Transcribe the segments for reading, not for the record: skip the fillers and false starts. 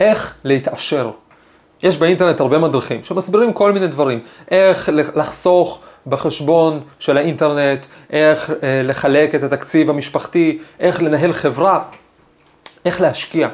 איך להתעשר. יש באינטרנט הרבה מדריכים שמסבירים כל מיני דברים, איך לחסוך בחשבון של האינטרנט, איך לחלק את התקציב המשפחתי, איך לנהל חברה, איך להשקיע.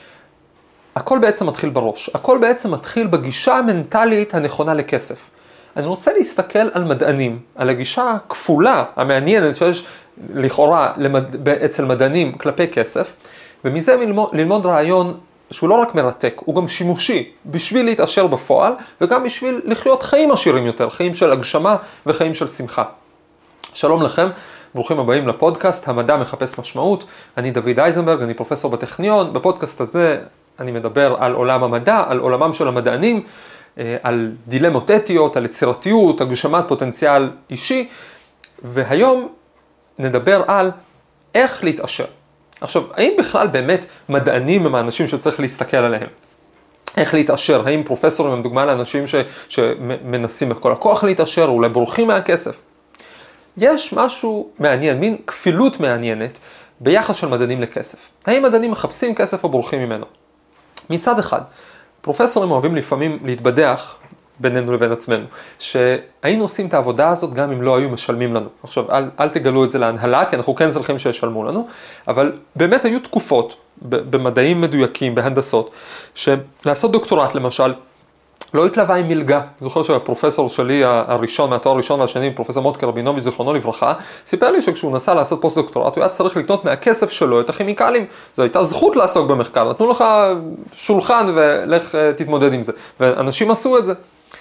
הכל בעצם מתחיל בראש, הכל בעצם מתחיל בגישה המנטלית הנכונה לכסף. אני רוצה להסתכל על מדענים, על הגישה הכפולה, המעניינת שיש לכאורה אצל מדענים כלפי כסף, ומזה ללמוד רעיון שהוא לא רק מרתק, הוא גם שימושי, בשביל להתעשר בפועל, וגם בשביל לחיות חיים עשירים יותר, חיים של הגשמה וחיים של שמחה. שלום לכם, ברוכים הבאים לפודקאסט, המדע מחפש משמעות. אני דוד אייזנברג, אני פרופסור בטכניון. בפודקאסט הזה אני מדבר על עולם המדע, על עולמם של המדענים, על דילמות אתיות, על יצירתיות, הגשמת פוטנציאל אישי, והיום נדבר על איך להתעשר. עכשיו, האם בכלל באמת מדענים הם האנשים שצריך להסתכל עליהם? איך להתעשר? האם פרופסורים הם דוגמה לאנשים שמנסים בכל הכוח להתעשר, או אולי בורחים מהכסף? יש משהו מעניין, מין כפילות מעניינת ביחס של מדענים לכסף. האם מדענים מחפשים כסף או בורחים ממנו? מצד אחד, פרופסורים אוהבים לפעמים להתבדח בינינו לבין עצמנו, שהיינו עושים את העבודה הזאת גם אם לא היו משלמים לנו. עכשיו, אל תגלו את זה להנהלה, כי אנחנו כן צריכים שישלמו לנו, אבל באמת היו תקופות במדעים מדויקים, בהנדסות, שלעשות דוקטורט למשל, לא התלווה עם מלגה. זוכר שהפרופסור שלי הראשון, מהתואר הראשון והשני, פרופסור מוטקה רבינוביץ' זיכרונו לברכה, סיפר לי שכשהוא נסע לעשות פוסט דוקטורט, הוא היה צריך לקנות מהכסף שלו את הכימיקלים. זו הייתה זכות לעסוק במחקר, נתנו לך שולחן ולך תתמודד עם זה. ואנשים עשו את זה.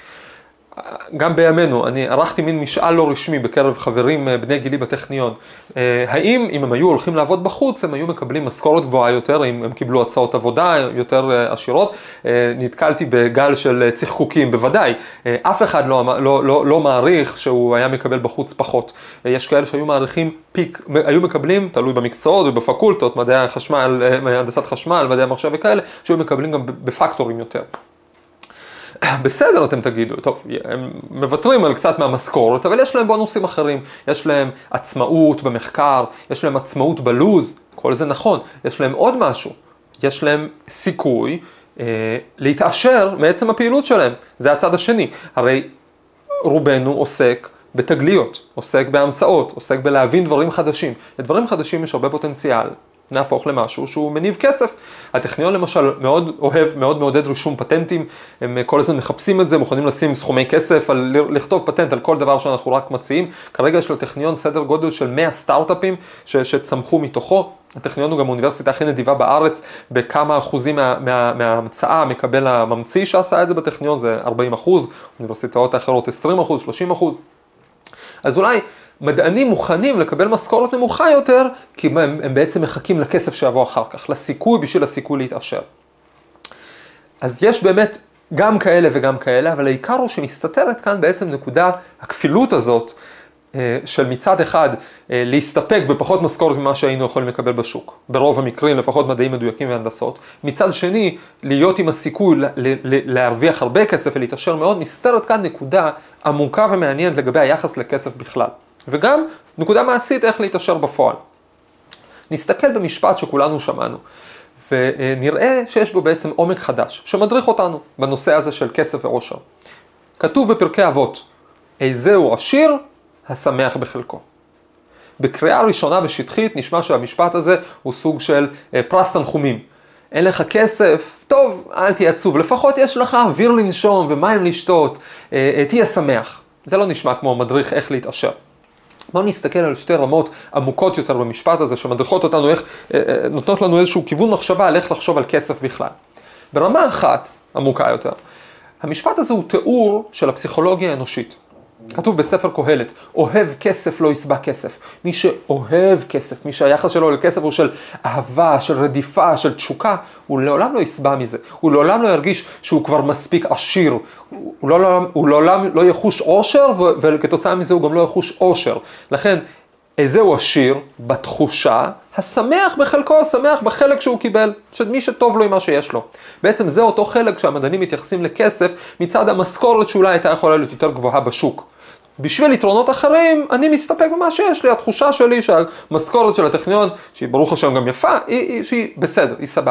גם בימינו, אני ערכתי מין משאל לא רשמי בקרב חברים בני גילי בטכניון. האם אם הם היו הולכים לעבוד בחוץ, הם היו מקבלים משכורת גבוהה יותר, אם הם קיבלו הצעות עבודה יותר עשירות? נתקלתי בגל של צחקוקים, בוודאי. אף אחד לא מעריך שהוא היה מקבל בחוץ פחות. יש כאלה שהיו מעריכים פיק, היו מקבלים, תלוי במקצועות ובפקולטות, מדעי החשמל, הנדסת חשמל, מדעי המחשב וכאלה, שהיו מקבלים גם בפקטורים יותר. בסדר, אתם תגידו, טוב, הם מוותרים על קצת מהמשכורת, אבל יש להם בונוסים אחרים, יש להם עצמאות במחקר, יש להם עצמאות בלוז, כל זה נכון, יש להם עוד משהו, יש להם סיכוי להתעשר מעצם הפעילות שלהם, זה הצד השני, הרי רובנו עוסק בתגליות, עוסק בהמצאות, עוסק בלהבין דברים חדשים, לדברים חדשים יש הרבה פוטנציאל, נהפוך למשהו שהוא מניב כסף. הטכניון למשל מאוד אוהב, מאוד מעודד רישום פטנטים, הם כל הזמן מחפשים את זה, מוכנים לשים סכומי כסף, לכתוב פטנט על כל דבר שאנחנו רק מציעים. כרגע יש לטכניון סדר גודל של 100 סטארט-אפים שצמחו מתוכו. הטכניון הוא גם האוניברסיטה הכי נדיבה בארץ, בכמה אחוזים מההמצאה מקבל הממציא שעשה את זה בטכניון, זה 40%, אוניברסיטאות האחרות 20%, 30%. אז אולי מדענים מוכנים לקבל משכורת נמוכה יותר, כי הם בעצם מחכים לכסף שיבוא אחר כך, לסיכוי בשביל הסיכוי להתעשר. אז יש באמת גם כאלה וגם כאלה, אבל העיקר הוא שמסתתרת כאן בעצם נקודה הכפילות הזאת, של מצד אחד להסתפק בפחות משכורת ממה שהיינו יכולים לקבל בשוק, ברוב המקרים, לפחות מדעים מדויקים והנדסות. מצד שני, להיות עם הסיכוי להרוויח הרבה כסף ולהתעשר מאוד, מסתתרת כאן נקודה עמוקה ומעניינת לגבי היחס לכסף בכלל. וגם נקודה מעשית איך להתעשר בפועל. נסתכל במשפט שכולנו שמענו, ונראה שיש בו בעצם עומק חדש, שמדריך אותנו בנושא הזה של כסף ועושר. כתוב בפרקי אבות, איזהו עשיר, השמח בחלקו. בקריאה ראשונה ושטחית נשמע שהמשפט הזה הוא סוג של פרס תנחומים. אין לך כסף, טוב, אל תהיה עצוב, לפחות יש לך אוויר לנשום ומים לשתות, תהיה שמח. זה לא נשמע כמו מדריך איך להתעשר. בואו נסתכל על שתי רמות עמוקות יותר במשפט הזה, שמדריכות אותנו, נותנות לנו איזשהו כיוון מחשבה על איך לחשוב על כסף בכלל. ברמה אחת, עמוקה יותר, המשפט הזה הוא תיאור של הפסיכולוגיה האנושית. כתוב בספר קהלת, אוהב כסף לא יסבע כסף. מי שאוהב כסף, מי שהיחס שלו לכסף הוא של אהבה, של רדיפה, של תשוקה, הוא לעולם לא יסבע מזה. הוא לעולם לא ירגיש שהוא כבר מספיק עשיר. הוא לעולם לא יחוש עושר, וכתוצאה מזה הוא גם לא יחוש עושר. לכן, איזהו עשיר בתחושה, השמח בחלקו, השמח בחלק שהוא קיבל, מי שטוב לו עם מה שיש לו. בעצם זה אותו חלק שהמדענים מתייחסים לכסף מצד המשכורת שאולי הייתה יכולה להיות יותר גבוהה בשוק. בשביל יתרונות אחרים, אני מסתפק במה שיש לי, התחושה שלי שהמשכורת של הטכניון, שהיא ברוך השם גם יפה, שהיא בסדר, היא סבבה.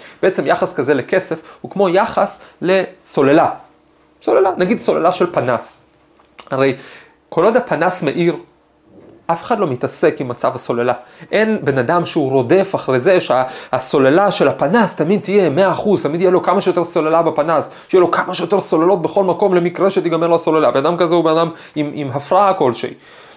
בעצם יחס כזה לכסף הוא כמו יחס לסוללה. סוללה, נגיד סוללה של פנס. הרי כל עוד הפנס מאיר, אף אחד לא מתעסק עם מצב הסוללה. אין בן אדם שהוא רודף אחרי זה שהסוללה של הפנס תמיד תהיה 100%, תמיד יהיה לו כמה שיותר סוללה בפנס, שיהיה לו כמה שיותר סוללות בכל מקום למקרה שתיגמר לו הסוללה. בן אדם כזה הוא בן אדם עם הפרעה כלשהי.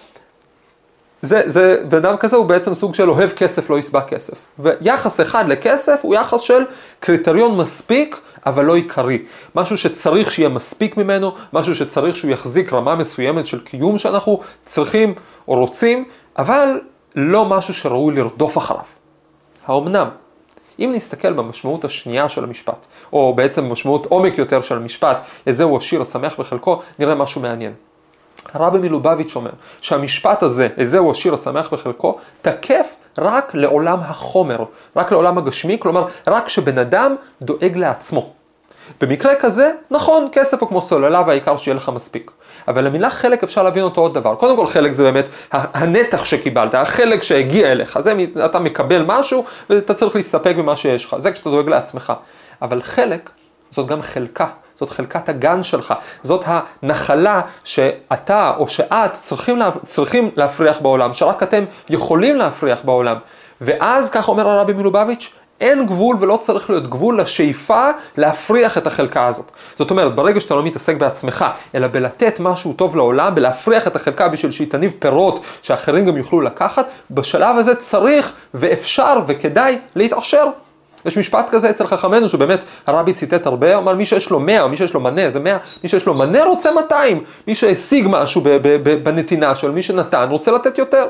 בן אדם כזה הוא בעצם סוג של אוהב כסף, לא יסבע כסף. ויחס אחד לכסף הוא יחס של קריטריון מספיק, אבל לא עיקרי. משהו שצריך שיהיה מספיק ממנו, משהו שצריך שהוא יחזיק רמה מסוימת של קיום שאנחנו צריכים או רוצים, אבל לא משהו שראוי לרדוף אחריו. האומנם, אם נסתכל במשמעות השנייה של המשפט, או בעצם במשמעות עומק יותר של המשפט, איזהו עשיר השמח בחלקו, נראה משהו מעניין. הרבי מלובביץ' אומר שהמשפט הזה, איזהו עשיר השמח בחלקו, תקף רק לעולם החומר, רק לעולם הגשמי, כלומר רק כשבן אדם דואג לעצמו. במקרה כזה, נכון, כסף הוא כמו סוללה והעיקר שיהיה לך מספיק. אבל למילה חלק אפשר להבין אותו עוד דבר. קודם כל חלק זה באמת הנתח שקיבלת, החלק שהגיע אליך, זה אתה מקבל משהו ואתה צריך להסתפק במה שיש לך, זה כשאתה דואג לעצמך. אבל חלק זאת גם חלקה. זאת חלקת הגן שלך, זאת הנחלה שאתה או שאת צריכים להפריח בעולם, שרק אתם יכולים להפריח בעולם. ואז, כך אומר הרבי מלובביץ', אין גבול ולא צריך להיות גבול לשאיפה להפריח את החלקה הזאת. זאת אומרת, ברגע שאתה לא מתעסק בעצמך, אלא בלתת משהו טוב לעולם, בלהפריח את החלקה בשביל שהיא תניב פירות שאחרים גם יוכלו לקחת, בשלב הזה צריך ואפשר וכדאי להתעשר. יש משפט כזה אצל חכמנו שבאמת הרבי ציטט הרבה, אומר מי שיש לו 100 או מי שיש לו מנה, זה 100, מי שיש לו מנה רוצה 200, מי שהשיג משהו בנתינה של מי שנתן רוצה לתת יותר.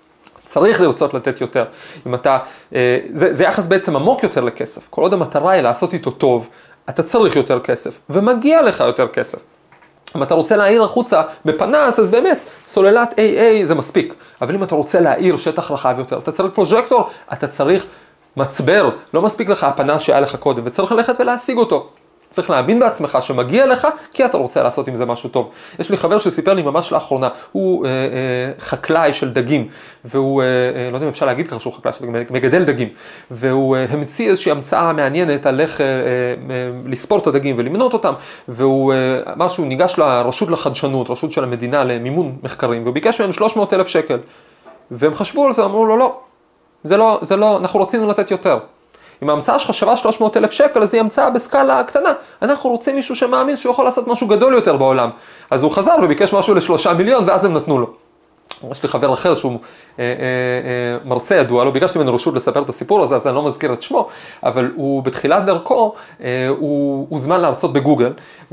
צריך לרצות לתת יותר. אם אתה, זה יחס בעצם עמוק יותר לכסף. כל עוד המטרה היא לעשות איתו טוב, אתה צריך יותר כסף, ומגיע לך יותר כסף. אם אתה רוצה להאיר החוצה בפנס, אז באמת, סוללת AA זה מספיק. אבל אם אתה רוצה להאיר שטח רחב יותר, אתה צריך פרוז'קטור, אתה צריך מצבר, לא מספיק לך הפנס שהיה לך קודם, וצריך ללכת ולהשיג אותו. צריך להאמין בעצמך שמגיע לך, כי אתה רוצה לעשות עם זה משהו טוב. יש לי חבר שסיפר לי ממש לאחרונה, הוא חקלאי של דגים, והוא, לא יודע אם אפשר להגיד ככה שהוא חקלאי של דגים, מגדל דגים, והוא המציא איזושהי המצאה מעניינת על איך לספור את הדגים ולמנות אותם, והוא אמר שהוא ניגש לרשות לחדשנות, רשות של המדינה למימון מחקרים, והוא ביקש מהם 300,000 שקל, והם חשבו על זה, אמרו לו לא, זה לא, אנחנו רצינו לתת יותר. אם ההמצאה שלך שווה 300,000 שקל, אז היא המצאה בסקאלה קטנה. אנחנו רוצים מישהו שמאמין שהוא יכול לעשות משהו גדול יותר בעולם. אז הוא חזר וביקש משהו ל3 מיליון, ואז הם נתנו לו. יש לי חבר אחר שהוא מרצה ידוע, לא ביקשתי ממנו רשות לספר את הסיפור הזה, אז אני לא מזכיר את שמו, אבל הוא בתחילת דרכו, הוא הוזמן להרצות בגוגל,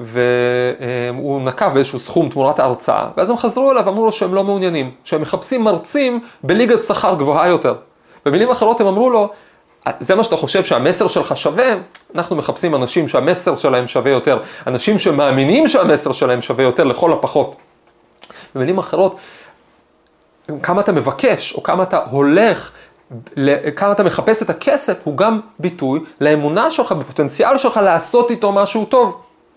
והוא נקב באיזשהו סכום תמורת ההרצאה, ואז הם חזרו אליו ואמרו לו שהם לא מעוניינים, שהם מחפשים מרצים בליגת שכר גבוהה יותר. במילים אחרות הם אמרו לו, זה מה שאתה חושב שהמסר שלך שווה, אנחנו מחפשים אנשים שהמסר שלהם שווה יותר, אנשים שמאמינים שהמסר שלהם שווה יותר לכל הפחות. במילים אחרות, כמה אתה מבקש או כמה אתה הולך, כמה אתה מחפש את הכסף, הוא גם ביטוי לאמונה שלך, בפוטנציאל שלך לעשות איתו משהו טוב.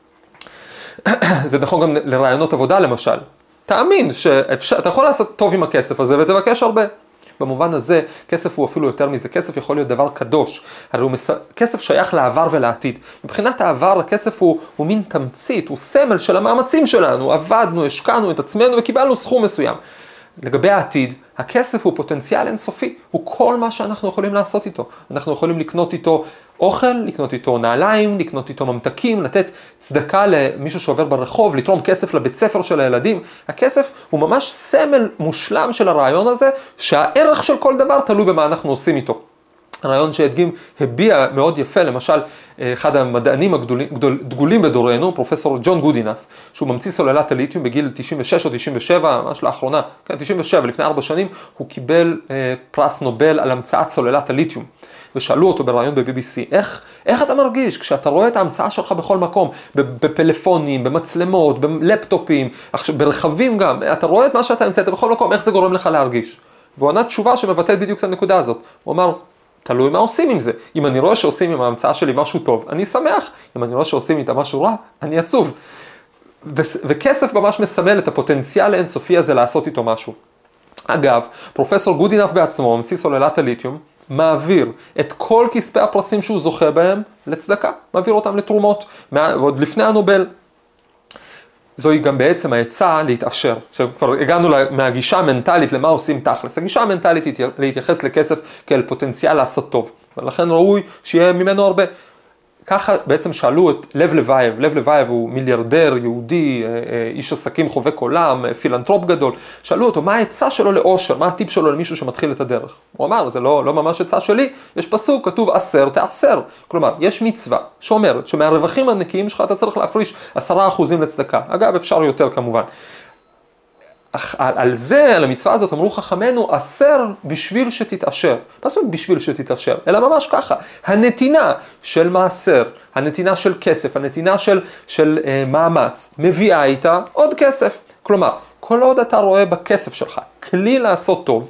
זה נכון גם לרעיונות עבודה למשל. תאמין שאתה יכול לעשות טוב עם הכסף הזה ותבקש הרבה. במובן הזה, כסף הוא אפילו יותר מזה, כסף יכול להיות דבר קדוש, הרי כסף שייך לעבר ולעתיד. מבחינת העבר, הכסף הוא מין תמצית, הוא סמל של המאמצים שלנו, עבדנו, השקענו את עצמנו וקיבלנו סכום מסוים. לגבי העתיד, הכסף הוא פוטנציאל אינסופי, הוא כל מה שאנחנו יכולים לעשות איתו. אנחנו יכולים לקנות איתו אוכל, לקנות איתו נעליים, לקנות איתו ממתקים, לתת צדקה למישהו שעובר ברחוב, לתרום כסף לבית ספר של הילדים. הכסף הוא ממש סמל מושלם של הרעיון הזה, שהערך של כל דבר תלוי במה אנחנו עושים איתו. הרעיון שהדגים הביע מאוד יפה, למשל, אחד המדענים הדגולים בדורנו, פרופסור ג'ון גודינף, שהוא ממציא סוללת הליתיום בגיל 96 או 97, ממש לאחרונה, 97, לפני 4 שנים, הוא קיבל פרס נובל על המצאת סוללת הליתיום. ושאלו אותו ברעיון ב-BBC, איך אתה מרגיש כשאתה רואה את ההמצאה שלך בכל מקום, בפלאפונים, במצלמות, בלפטופים, ברכבים גם, אתה רואה את מה שאתה המצאת בכל מקום, איך זה גורם לך להרגיש? והוא ענה תשובה שמבטאת בדיוק את הנקודה הזאת. הוא אמר, תלוי מה עושים עם זה. אם אני רואה שעושים עם ההמצאה שלי משהו טוב, אני שמח. אם אני רואה שעושים איתה משהו רע, אני עצוב. וכסף ממש מסמל את הפוטנציאל האינסופי הזה לעשות איתו משהו. אגב, פרופסור גודינף בעצמו, ממציא סוללת הליתיום, מעביר את כל כספי הפרסים שהוא זוכה בהם לצדקה, מעביר אותם לתרומות, ועוד לפני הנובל. זוהי גם בעצם העצה להתעשר. עכשיו כבר הגענו מהגישה המנטלית למה עושים תכלס. הגישה המנטלית היא להתייחס לכסף כאל פוטנציאל לעשות טוב, ולכן ראוי שיהיה ממנו הרבה. ככה בעצם שאלו את לב לבייב, לב לבייב הוא מיליארדר, יהודי, איש עסקים חובק עולם, פילנטרופ גדול, שאלו אותו מה העצה שלו לאושר, מה הטיפ שלו למישהו שמתחיל את הדרך. הוא אמר, זה לא ממש עצה שלי, יש פסוק, כתוב עשר תעשר, כלומר יש מצווה שאומרת שמהרווחים הנקיים שלך אתה צריך להפריש 10% לצדקה, אגב אפשר יותר כמובן. על זה, על המצווה הזאת, אמרו חכמינו, עשר בשביל שתתעשר. פסוק בשביל שתתעשר, אלא ממש ככה. הנתינה של מעשר, הנתינה של כסף, הנתינה של מאמץ, מביאה איתה עוד כסף. כלומר, כל עוד אתה רואה בכסף שלך כלי לעשות טוב,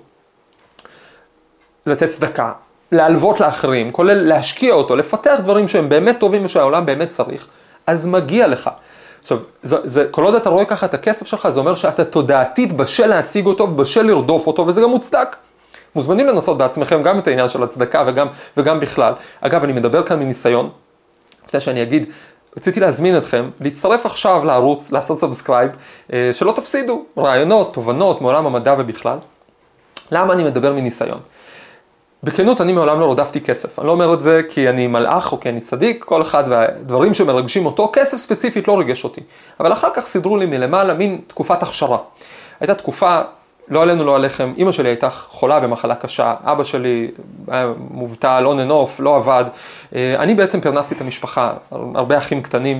לתת צדקה, להלוות לאחרים, כולל להשקיע אותו, לפתח דברים שהם באמת טובים ושהעולם באמת צריך, אז מגיע לך. עכשיו, כל עוד אתה רואה ככה את הכסף שלך, זה אומר שאתה תודעתית בשל להשיג אותו, בשל לרדוף אותו, וזה גם מוצדק. מוזמנים לנסות בעצמכם גם את העניין של הצדקה וגם בכלל. אגב, אני מדבר כאן מניסיון, כדי שאני אגיד, רציתי להזמין אתכם, להצטרף עכשיו לערוץ, לעשות סאבסקרייב, שלא תפסידו רעיונות, תובנות מעולם המדע ובכלל. למה אני מדבר מניסיון? בכנות, אני מעולם לא רדפתי כסף. אני לא אומר את זה כי אני מלאך או כי אני צדיק, כל אחד והדברים שמרגשים אותו, כסף ספציפית לא רגש אותי. אבל אחר כך סידרו לי מלמעלה מין תקופת הכשרה. הייתה תקופה, לא עלינו לא עליכם, אמא שלי הייתה חולה במחלה קשה, אבא שלי היה מובטל, on and off, לא עבד. אני בעצם פרנסתי את המשפחה, הרבה אחים קטנים,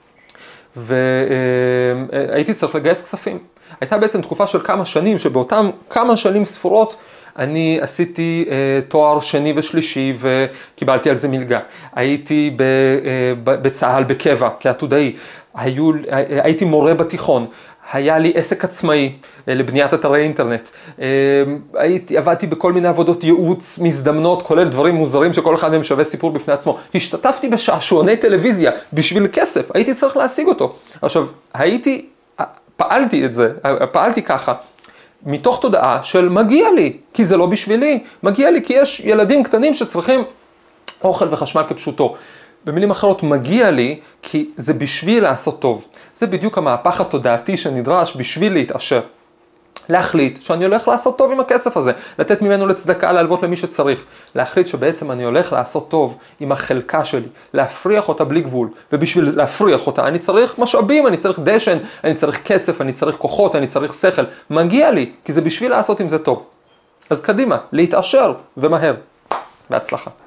והייתי צריך לגייס כספים. הייתה בעצם תקופה של כמה שנים, שבאותם כמה שנים ספורות, אני עשיתי תואר שני ושלישי וקיבלתי על זה מלגה. הייתי בצהל בקבע כעתודאי, הייתי מורה בתיכון, היה לי עסק עצמאי לבניית אתרי אינטרנט, עבדתי בכל מיני עבודות ייעוץ מזדמנות, כולל דברים מוזרים שכל אחד מהם שווה סיפור בפני עצמו. השתתפתי בשעשועוני טלוויזיה בשביל כסף, הייתי צריך להשיג אותו. עכשיו, פעלתי ככה. מתוך תודעה של מגיע לי, כי זה לא בשבילי, מגיע לי כי יש ילדים קטנים שצריכים אוכל וחשמל כפשוטו. במילים אחרות, מגיע לי כי זה בשביל לעשות טוב. זה בדיוק המהפך התודעתי שנדרש בשביל להתעשר. להחליט שאני הולך לעשות טוב עם הכסף הזה, לתת ממנו לצדקה, להלוות למי שצריך. להחליט שבעצם אני הולך לעשות טוב עם החלקה שלי, להפריח אותה בלי גבול, ובשביל להפריח אותה אני צריך משאבים, אני צריך דשן, אני צריך כסף, אני צריך כוחות, אני צריך שכל. מגיע לי, כי זה בשביל לעשות עם זה טוב. אז קדימה, להתעשר ומהר. בהצלחה.